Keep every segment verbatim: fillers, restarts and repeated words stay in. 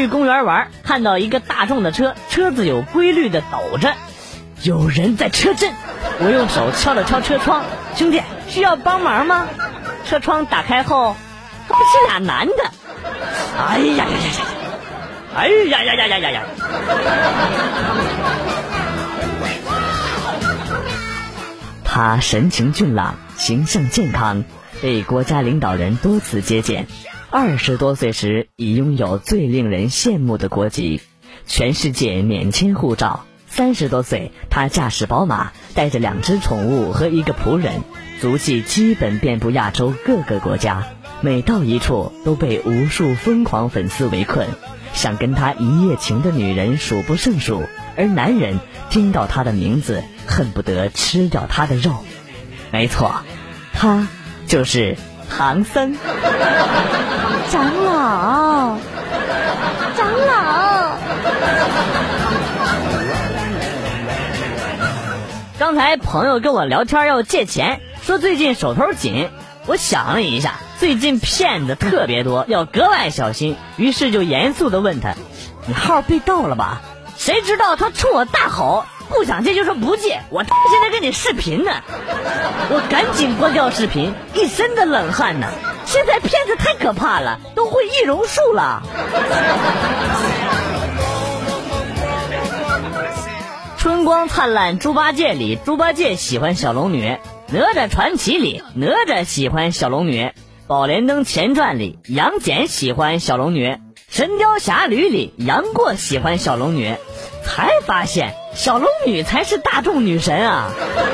去公园玩，看到一个大众的车，车子有规律的抖着，有人在车震。我用手敲了敲车窗，兄弟，需要帮忙吗？车窗打开后，他们是俩男的。哎呀呀呀呀！哎呀呀呀呀呀呀！他神情俊朗，形象健康，被国家领导人多次接见。二十多岁时已拥有最令人羡慕的国籍，全世界免签护照。三十多岁，他驾驶宝马，带着两只宠物和一个仆人，足迹基本遍布亚洲各个国家。每到一处都被无数疯狂粉丝围困，想跟他一夜情的女人数不胜数，而男人听到他的名字恨不得吃掉他的肉。没错，他就是唐僧。 长老，长老。 刚才朋友跟我聊天要借钱，说最近手头紧。我想了一下，最近骗子特别多，要格外小心，于是就严肃地问他，你号被盗了吧？谁知道他冲我大吼，不想借就说不借，我他现在跟你视频呢。我赶紧关掉视频，一身的冷汗呢。现在骗子太可怕了，都会易容术了。春光灿烂猪八戒里，猪八戒喜欢小龙女；哪吒传奇里，哪吒喜欢小龙女；宝莲灯前传里，杨戬喜欢小龙女；神雕侠侣里，杨过喜欢小龙女。才发现小龙女才是大众女神啊。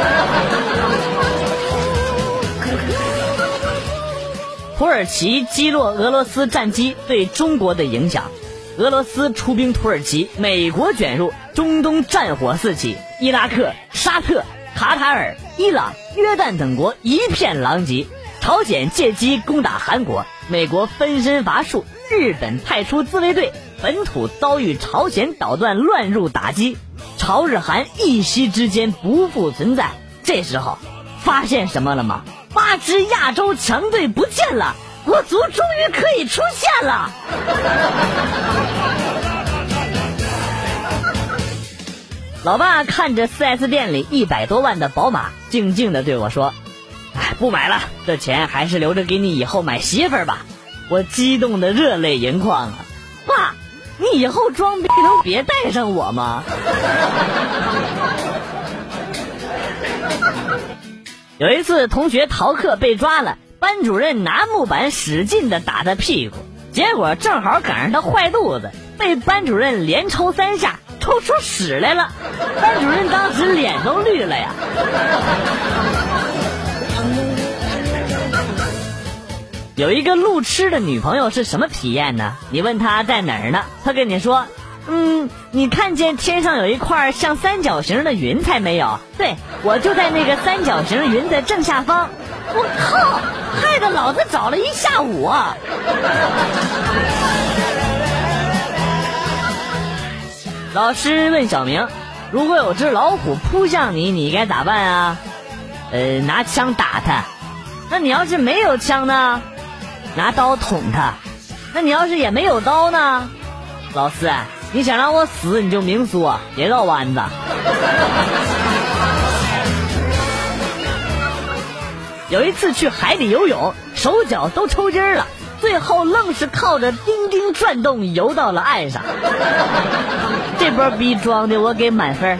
土耳其击落俄罗斯战机对中国的影响。俄罗斯出兵土耳其，美国卷入，中东战火四起，伊拉克、沙特、卡塔尔、伊朗、约旦等国一片狼藉。朝鲜借机攻打韩国，美国分身乏术，日本派出自卫队，本土遭遇朝鲜导弹乱入打击，朝日韩一夕之间不复存在。这时候发现什么了吗？八支亚洲强队不见了，国足终于可以出现了。老爸看着 四 S 店里一百多万的宝马，静静地对我说，哎，不买了，这钱还是留着给你以后买媳妇儿吧。我激动得热泪盈眶啊！爸，你以后装逼能别带上我吗？有一次同学逃课被抓了，班主任拿木板使劲地打他屁股，结果正好赶上他坏肚子，被班主任连抽三下，抽出屎来了。班主任当时脸都绿了呀。有一个路痴的女朋友是什么体验呢？你问他在哪儿呢，他跟你说，嗯，你看见天上有一块像三角形的云彩没有？对，我就在那个三角形云的正下方。我靠，害得老子找了一下午啊。老师问小明，如果有只老虎扑向你，你该咋办啊？呃，拿枪打它。那你要是没有枪呢？拿刀捅它。那你要是也没有刀呢？老师，你想让我死你就明说，别绕弯子。有一次去海里游泳，手脚都抽筋了，最后愣是靠着叮叮转动游到了岸上。这波逼装的我给满分。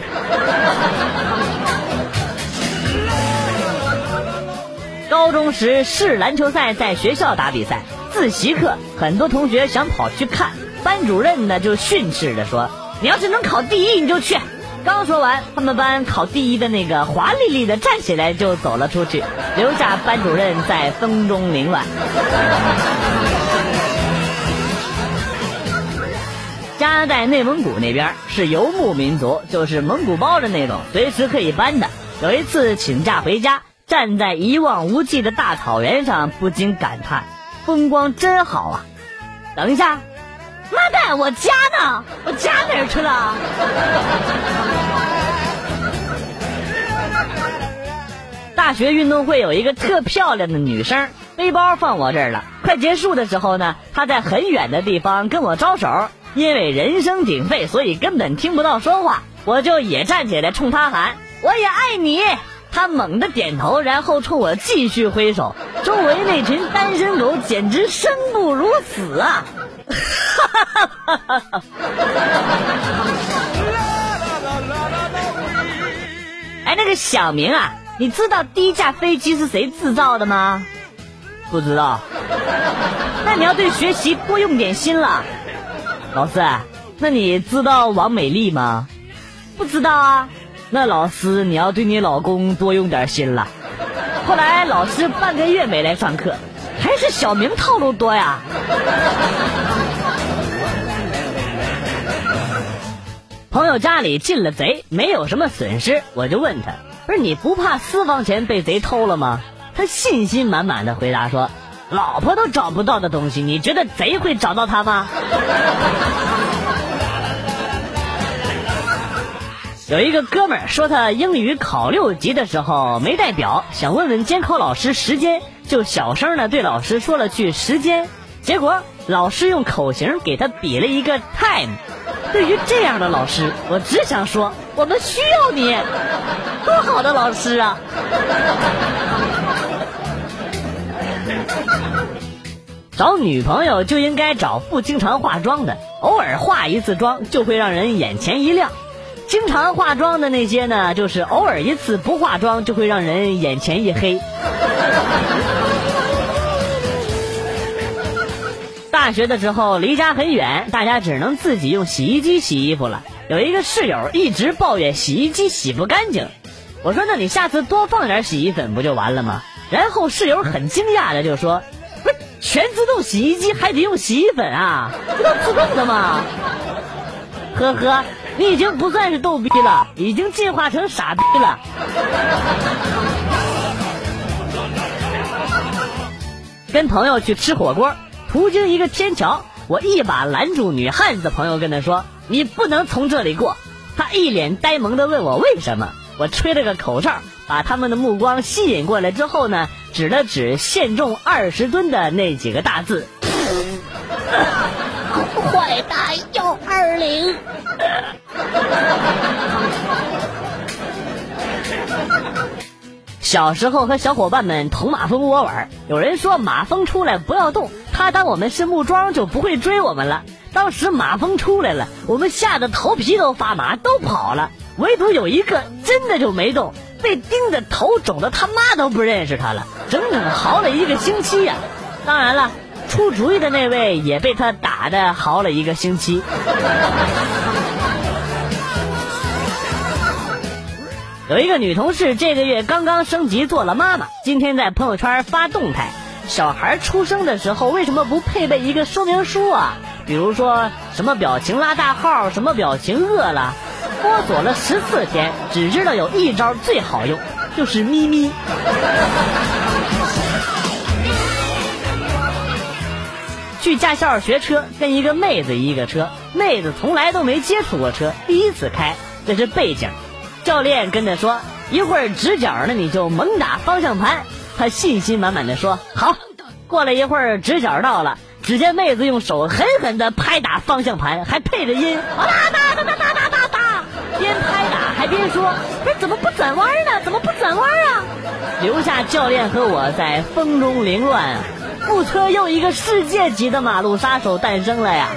高中时市篮球赛在学校打比赛，自习课很多同学想跑去看，班主任呢就训斥着说，你要是能考第一你就去。刚说完，他们班考第一的那个华丽丽的站起来就走了出去，留下班主任在风中凌乱。家在内蒙古那边是游牧民族，就是蒙古包的那种，随时可以搬的。有一次请假回家，站在一望无际的大草原上，不禁感叹，风光真好啊。等一下，妈蛋，我家呢？我家哪儿去了？大学运动会有一个特漂亮的女生，背包放我这儿了，快结束的时候呢，她在很远的地方跟我招手， 因为人声鼎沸，所以根本听不到说话，我就也站起来冲他喊我也爱你。他猛地点头，然后冲我继续挥手，周围那群单身狗简直生不如死啊。哎，那个小明啊，你知道第一架飞机是谁制造的吗？不知道。那你要对学习多用点心了。老师，那你知道王美丽吗？不知道啊。那老师，你要对你老公多用点心了。后来老师半个月没来上课，还是小明套路多呀。朋友家里进了贼，没有什么损失，我就问他，不是你不怕私房钱被贼偷了吗？他信心满满的回答说，老婆都找不到的东西，你觉得贼会找到他吗？有一个哥们儿说他英语考六级的时候没带表，想问问监考老师时间，就小声的对老师说了句时间，结果老师用口型给他比了一个 time。 对于这样的老师，我只想说我们需要你，多好的老师啊。找女朋友就应该找不经常化妆的，偶尔化一次妆就会让人眼前一亮。经常化妆的那些呢，就是偶尔一次不化妆就会让人眼前一黑。大学的时候离家很远，大家只能自己用洗衣机洗衣服了。有一个室友一直抱怨洗衣机洗不干净，我说那你下次多放点洗衣粉不就完了吗？然后室友很惊讶的就说，不是全自动洗衣机还得用洗衣粉啊？不都自动的吗？呵呵，你已经不算是逗逼了，已经进化成傻逼了。跟朋友去吃火锅，途经一个天桥，我一把拦住女汉子朋友，跟她说，你不能从这里过。她一脸呆萌地问我为什么，我吹了个口哨，把他们的目光吸引过来之后呢，指了指限重二十吨的那几个大字，坏大幺二零。小时候和小伙伴们捅马蜂窝玩，有人说马蜂出来不要动，他当我们是木桩就不会追我们了。当时马蜂出来了，我们吓得头皮都发麻，都跑了，唯独有一个真的就没动，被叮得头肿的他妈都不认识他了，整整嚎了一个星期呀、啊。当然了，出主意的那位也被他打得嚎了一个星期。有一个女同事这个月刚刚升级做了妈妈，今天在朋友圈发动态，小孩出生的时候为什么不配备一个说明书啊？比如说什么表情拉大号，什么表情饿了。摸索了十四天，只知道有一招最好用，就是咪咪。去驾校学车，跟一个妹子一个车，妹子从来都没接触过车，第一次开，这是背景。教练跟他说，一会儿直角呢你就猛打方向盘，他信心满满的说好。过了一会儿直角到了，只见妹子用手狠狠地拍打方向盘，还配着音哒哒哒哒哒哒哒哒，边拍打还边说，哎，怎么不转弯呢？怎么不转弯啊？留下教练和我在风中凌乱啊！副车又一个世界级的马路杀手诞生了呀！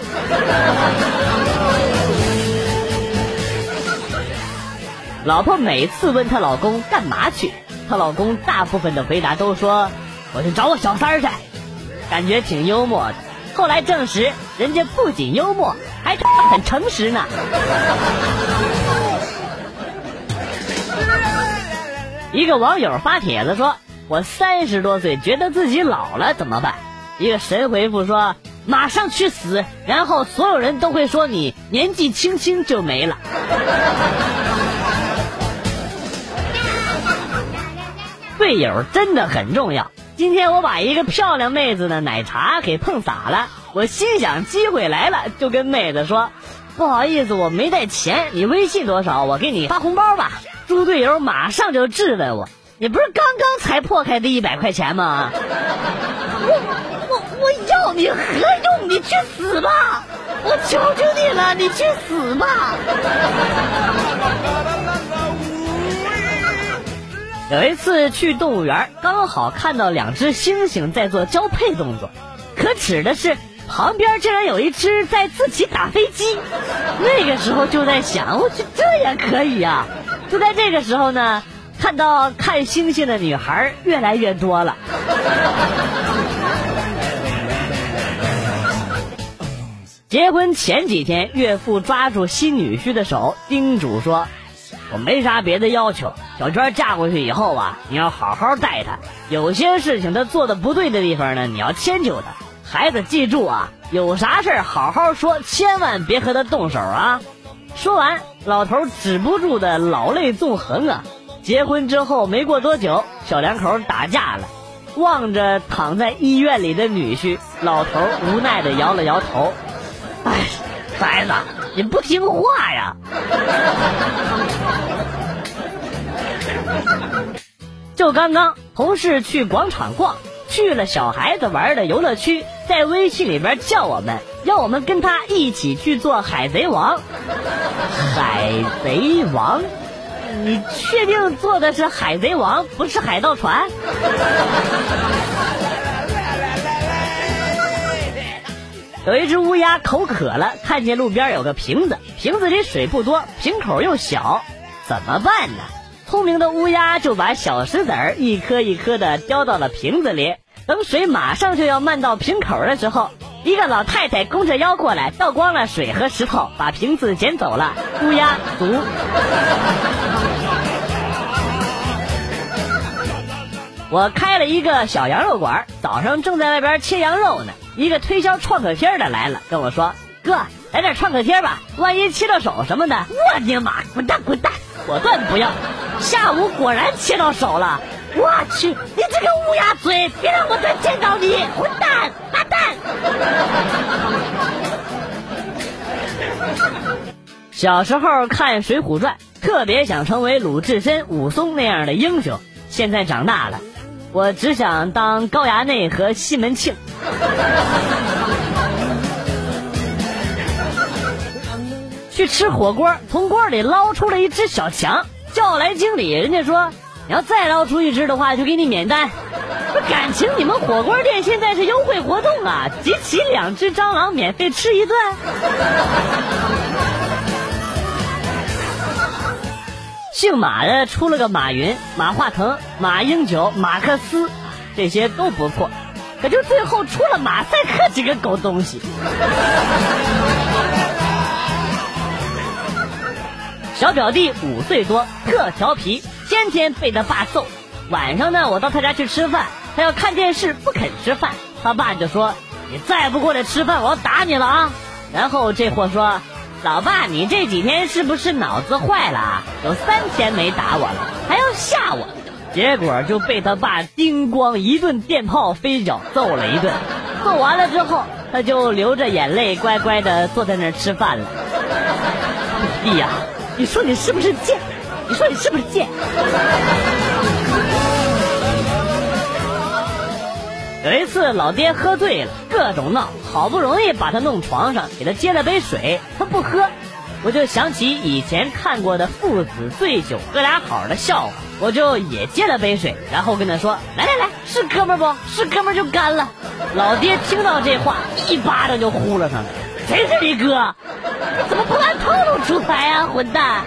老婆每次问她老公干嘛去，她老公大部分的回答都说我去找我小三儿去，感觉挺幽默的。后来证实人家不仅幽默，还很诚实呢。一个网友发帖子说，我三十多岁觉得自己老了怎么办？一个神回复说，马上去死，然后所有人都会说你年纪轻轻就没了。队友真的很重要。今天我把一个漂亮妹子的奶茶给碰洒了，我心想机会来了，就跟妹子说，不好意思，我没带钱，你微信多少我给你发红包吧。猪队友马上就质问我，你不是刚刚才破开的一百块钱吗？我我我要你何用？你去死吧！ 我求求你了，你去死吧！有一次去动物园，刚好看到两只猩猩在做交配动作，可耻的是旁边竟然有一只在自己打飞机。那个时候就在想，我去，这也可以啊！就在这个时候呢，看到看星星的女孩越来越多了。结婚前几天，岳父抓住新女婿的手，叮嘱说：“我没啥别的要求，小娟嫁过去以后啊，你要好好待她。有些事情她做的不对的地方呢，你要迁就她。孩子记住啊，有啥事好好说，千万别和她动手啊。”说完，老头止不住的老泪纵横啊。结婚之后没过多久，小两口打架了。望着躺在医院里的女婿，老头无奈的摇了摇头。哎，孩子，你不听话呀！就刚刚同事去广场逛，去了小孩子玩的游乐区，在微信里边叫我们，要我们跟他一起去做海贼王。海贼王？你确定做的是海贼王，不是海盗船？有一只乌鸦口渴了，看见路边有个瓶子，瓶子里水不多，瓶口又小，怎么办呢？聪明的乌鸦就把小石子儿一颗一颗的叼到了瓶子里，等水马上就要漫到瓶口的时候，一个老太太弓着腰过来，倒光了水和石头，把瓶子捡走了。乌鸦足。我开了一个小羊肉馆，早上正在外边切羊肉呢，一个推销创可贴的来了，跟我说：“哥，来点创可贴吧，万一切到手什么的。”我的妈，滚蛋滚蛋！果断不要。下午果然切到手了，我去，你这个乌鸦嘴，别让我再见到你，混蛋，八蛋！小时候看《水浒传》，特别想成为鲁智深、武松那样的英雄。现在长大了，我只想当高衙内和西门庆。去吃火锅，从锅里捞出了一只小强，叫来经理，人家说你要再捞出一只的话就给你免单。感情你们火锅店现在是优惠活动啊，集齐两只蟑螂免费吃一顿。姓马的出了个马云、马化腾、马英九、马克思，这些都不错，可就最后出了马赛克这个狗东西。小表弟五岁多，特调皮，天天被他爸揍。晚上呢，我到他家去吃饭，他要看电视不肯吃饭，他爸就说：“你再不过来吃饭，我要打你了啊！”然后这货说：“老爸，你这几天是不是脑子坏了啊？有三天没打我了，还要吓我。”结果就被他爸叮咣一顿电炮飞脚揍了一顿。揍完了之后，他就流着眼泪乖乖的坐在那儿吃饭了。弟呀，你说你是不是贱？你说你是不是贱？有一次老爹喝醉了，各种闹，好不容易把他弄床上，给他接了杯水，他不喝。我就想起以前看过的父子醉酒喝俩好的笑话，我就也接了杯水，然后跟他说：“来来来，是哥们不？是哥们就干了。”老爹听到这话，一巴掌就呼了上来：“谁是你哥？你怎么不按套路出牌啊，混蛋！”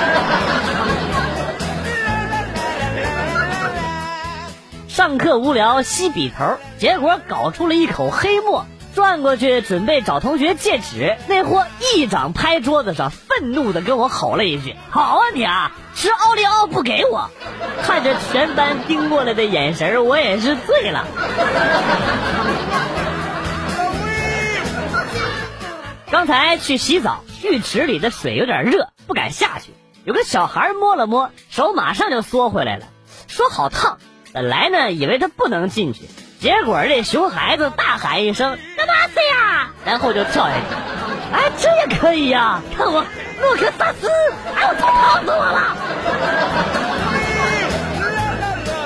上课无聊吸笔头，结果搞出了一口黑墨，转过去准备找同学借纸，那货一掌拍桌子上，愤怒地跟我吼了一句：“好啊你啊，吃奥利奥不给我！”看着全班盯过来的眼神，我也是醉了。刚才去洗澡，浴池里的水有点热，不敢下去。有个小孩摸了摸，手马上就缩回来了，说好烫。本来呢，以为他不能进去，结果这熊孩子大喊一声“干嘛去呀”，然后就跳下去。哎，这也可以呀！看我诺克萨斯，哎，我太烫死我了！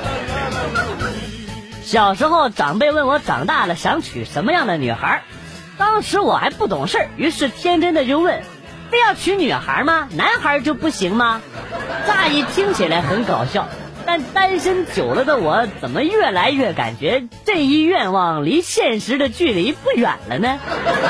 小时候长辈问我长大了想娶什么样的女孩， 当时我还不懂事儿，于是天真的就问，非要娶女孩吗？男孩就不行吗？乍一听起来很搞笑，但单身久了的我怎么越来越感觉这一愿望离现实的距离不远了呢？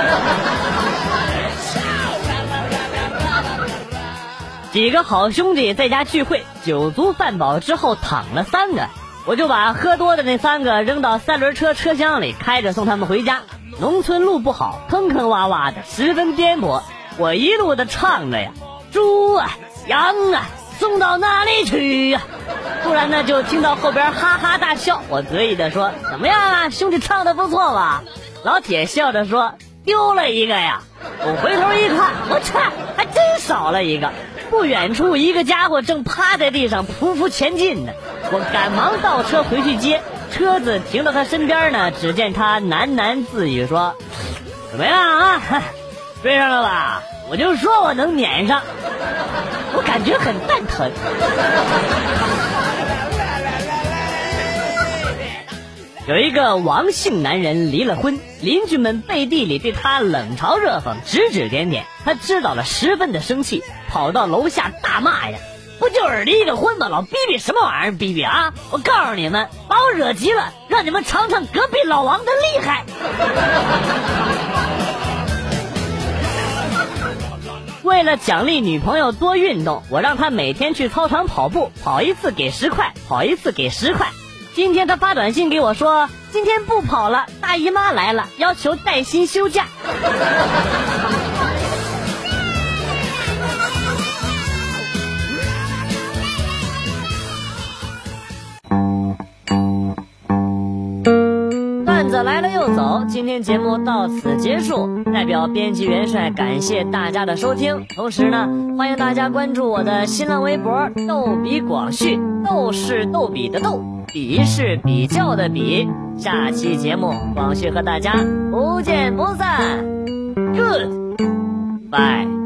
几个好兄弟在家聚会，酒足饭饱之后躺了三个，我就把喝多的那三个扔到三轮车车厢里，开着送他们回家。农村路不好，坑坑洼洼的，十分颠簸，我一路的唱着呀，猪啊羊啊送到哪里去呀、啊、突然呢就听到后边哈哈大笑，我得意的说，怎么样啊，兄弟唱的不错吧？老铁笑着说，丢了一个呀。我回头一看，我操，还真少了一个。不远处一个家伙正趴在地上匍匐前进呢，我赶忙倒车回去接，车子停到他身边呢，只见他喃喃自语说，怎么样啊，追上了吧？我就说我能撵上，我感觉很蛋疼。有一个王姓男人离了婚，邻居们背地里对他冷嘲热讽，指指点点，他知道了十分的生气，跑到楼下大骂呀，不就是离个婚吗？老逼逼什么玩意儿？逼逼啊！我告诉你们，把我惹急了，让你们尝尝隔壁老王的厉害。为了奖励女朋友多运动，我让她每天去操场跑步，跑一次给十块，跑一次给十块。今天她发短信给我说，今天不跑了，大姨妈来了，要求带薪休假。段子来了又走，今天节目到此结束，代表编辑元帅感谢大家的收听，同时呢，欢迎大家关注我的新浪微博逗比广旭，逗是逗比的逗，比是比较的比。下期节目广旭和大家不见不散 ，Goodbye。